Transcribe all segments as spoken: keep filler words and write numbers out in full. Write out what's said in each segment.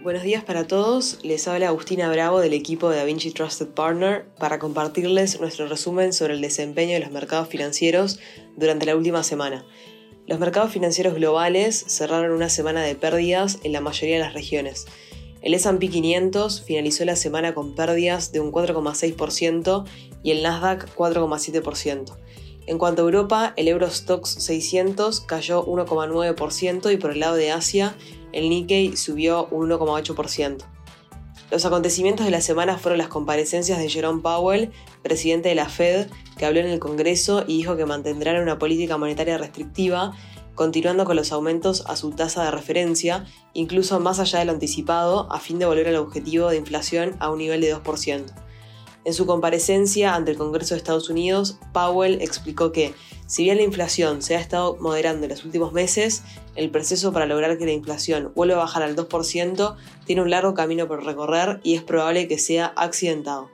Buenos días para todos, les habla Agustina Bravo del equipo de DaVinci Trusted Partner para compartirles nuestro resumen sobre el desempeño de los mercados financieros durante la última semana. Los mercados financieros globales cerraron una semana de pérdidas en la mayoría de las regiones. El ese and pe quinientos finalizó la semana con pérdidas de un cuatro coma seis por ciento y el Nasdaq cuatro coma siete por ciento. En cuanto a Europa, el Eurostoxx seiscientos cayó uno coma nueve por ciento y por el lado de Asia, el Nikkei subió un uno coma ocho por ciento. Los acontecimientos de la semana fueron las comparecencias de Jerome Powell, presidente de la Fed, que habló en el Congreso y dijo que mantendrán una política monetaria restrictiva, continuando con los aumentos a su tasa de referencia, incluso más allá de lo anticipado, a fin de volver al objetivo de inflación a un nivel de dos por ciento. En su comparecencia ante el Congreso de Estados Unidos, Powell explicó que, si bien la inflación se ha estado moderando en los últimos meses, el proceso para lograr que la inflación vuelva a bajar al dos por ciento tiene un largo camino por recorrer y es probable que sea accidentado.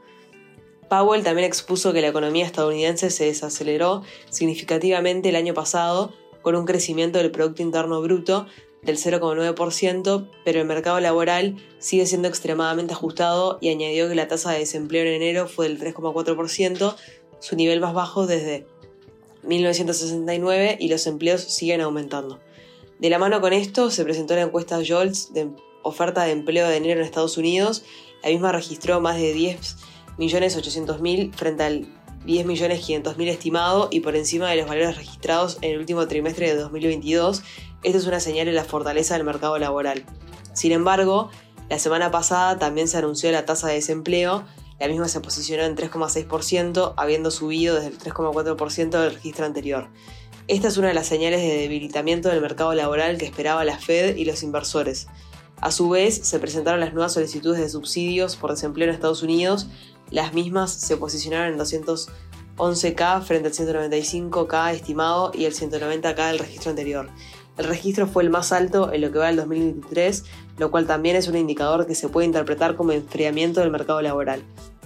Powell también expuso que la economía estadounidense se desaceleró significativamente el año pasado con un crecimiento del Producto Interno Bruto del cero coma nueve por ciento, pero el mercado laboral sigue siendo extremadamente ajustado y añadió que la tasa de desempleo en enero fue del tres coma cuatro por ciento, su nivel más bajo desde mil novecientos sesenta y nueve, y los empleos siguen aumentando. De la mano con esto se presentó la encuesta JOLTS de oferta de empleo de enero en Estados Unidos. La misma registró más de diez millones ochocientos mil frente al diez millones quinientos mil estimado y por encima de los valores registrados en el último trimestre de dos mil veintidós. Esto es una señal de la fortaleza del mercado laboral. Sin embargo, la semana pasada también se anunció la tasa de desempleo. La misma se posicionó en tres coma seis por ciento, habiendo subido desde el tres coma cuatro por ciento del registro anterior. Esta es una de las señales de debilitamiento del mercado laboral que esperaba la Fed y los inversores. A su vez, se presentaron las nuevas solicitudes de subsidios por desempleo en Estados Unidos. Las mismas se posicionaron en doscientos once mil frente al ciento noventa y cinco mil estimado y el ciento noventa mil del registro anterior. El registro fue el más alto en lo que va del dos mil veintitrés, lo cual también es un indicador que se puede interpretar como enfriamiento del mercado laboral.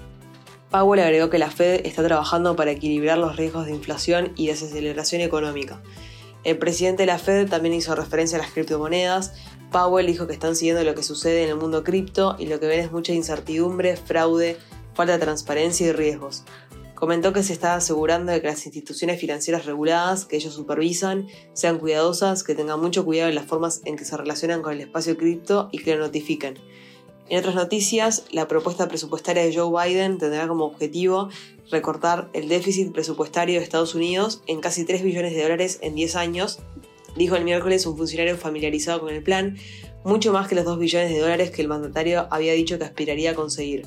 Powell agregó que la Fed está trabajando para equilibrar los riesgos de inflación y desaceleración económica. El presidente de la Fed también hizo referencia a las criptomonedas. Powell dijo que están siguiendo lo que sucede en el mundo cripto y lo que ven es mucha incertidumbre, fraude, falta de transparencia y riesgos. Comentó que se está asegurando de que las instituciones financieras reguladas que ellos supervisan sean cuidadosas, que tengan mucho cuidado en las formas en que se relacionan con el espacio cripto y que lo notifiquen. En otras noticias, la propuesta presupuestaria de Joe Biden tendrá como objetivo recortar el déficit presupuestario de Estados Unidos en casi tres billones de dólares en diez años, dijo el miércoles un funcionario familiarizado con el plan, mucho más que los dos billones de dólares que el mandatario había dicho que aspiraría a conseguir.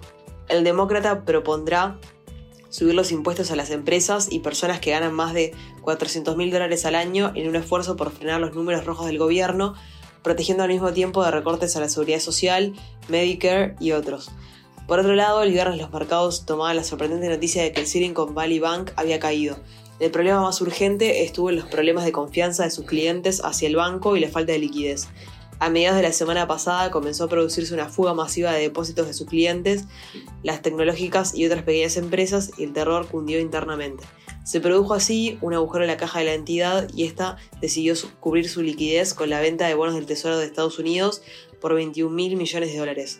El demócrata propondrá subir los impuestos a las empresas y personas que ganan más de cuatrocientos mil dólares al año en un esfuerzo por frenar los números rojos del gobierno, protegiendo al mismo tiempo de recortes a la seguridad social, Medicare y otros. Por otro lado, el viernes los mercados tomaban la sorprendente noticia de que el Silicon Valley Bank había caído. El problema más urgente estuvo en los problemas de confianza de sus clientes hacia el banco y la falta de liquidez. A mediados de la semana pasada comenzó a producirse una fuga masiva de depósitos de sus clientes, las tecnológicas y otras pequeñas empresas, y el terror cundió internamente. Se produjo así un agujero en la caja de la entidad y esta decidió cubrir su liquidez con la venta de bonos del Tesoro de Estados Unidos por veintiún mil millones de dólares.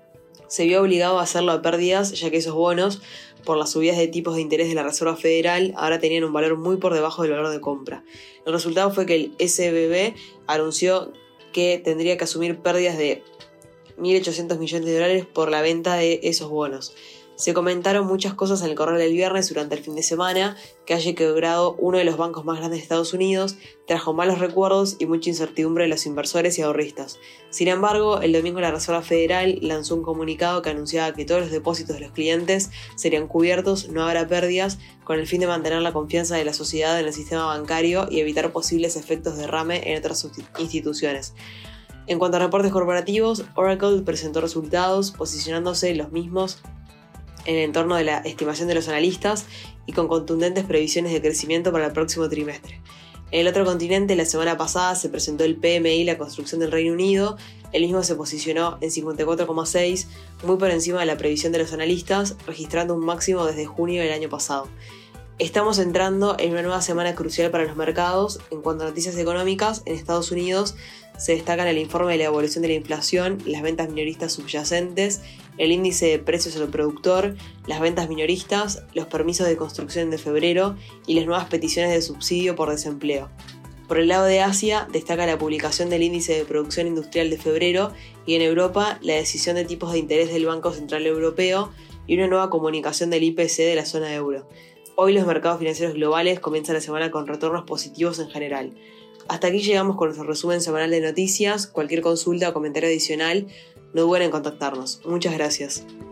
Se vio obligado a hacerlo a pérdidas, ya que esos bonos, por las subidas de tipos de interés de la Reserva Federal, ahora tenían un valor muy por debajo del valor de compra. El resultado fue que el ese be be anunció que tendría que asumir pérdidas de mil ochocientos millones de dólares por la venta de esos bonos. Se comentaron muchas cosas en el correo del viernes durante el fin de semana, que haya quebrado uno de los bancos más grandes de Estados Unidos, trajo malos recuerdos y mucha incertidumbre de los inversores y ahorristas. Sin embargo, el domingo la Reserva Federal lanzó un comunicado que anunciaba que todos los depósitos de los clientes serían cubiertos, no habrá pérdidas, con el fin de mantener la confianza de la sociedad en el sistema bancario y evitar posibles efectos de derrame en otras instituciones. En cuanto a reportes corporativos, Oracle presentó resultados posicionándose los mismos en el entorno de la estimación de los analistas y con contundentes previsiones de crecimiento para el próximo trimestre. En el otro continente, la semana pasada se presentó el pe eme i, la construcción del Reino Unido. El mismo se posicionó en cincuenta y cuatro coma seis, muy por encima de la previsión de los analistas, registrando un máximo desde junio del año pasado. Estamos entrando en una nueva semana crucial para los mercados. En cuanto a noticias económicas, en Estados Unidos se destacan el informe de la evolución de la inflación, las ventas minoristas subyacentes, el índice de precios al productor, las ventas minoristas, los permisos de construcción de febrero y las nuevas peticiones de subsidio por desempleo. Por el lado de Asia, destaca la publicación del índice de producción industrial de febrero y en Europa la decisión de tipos de interés del Banco Central Europeo y una nueva comunicación del I P C de la zona euro. Hoy los mercados financieros globales comienzan la semana con retornos positivos en general. Hasta aquí llegamos con nuestro resumen semanal de noticias. Cualquier consulta o comentario adicional, no duden en contactarnos. Muchas gracias.